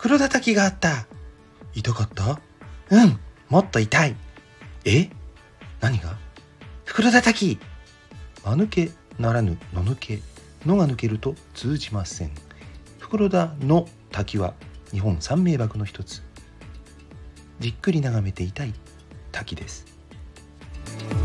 袋叩きがあった。痛かった？うん、もっと痛い。何が？袋叩き。間抜けならぬの抜け。のが抜けると通じません。袋田の滝は日本三名瀑の一つ。じっくり眺めていたい滝です。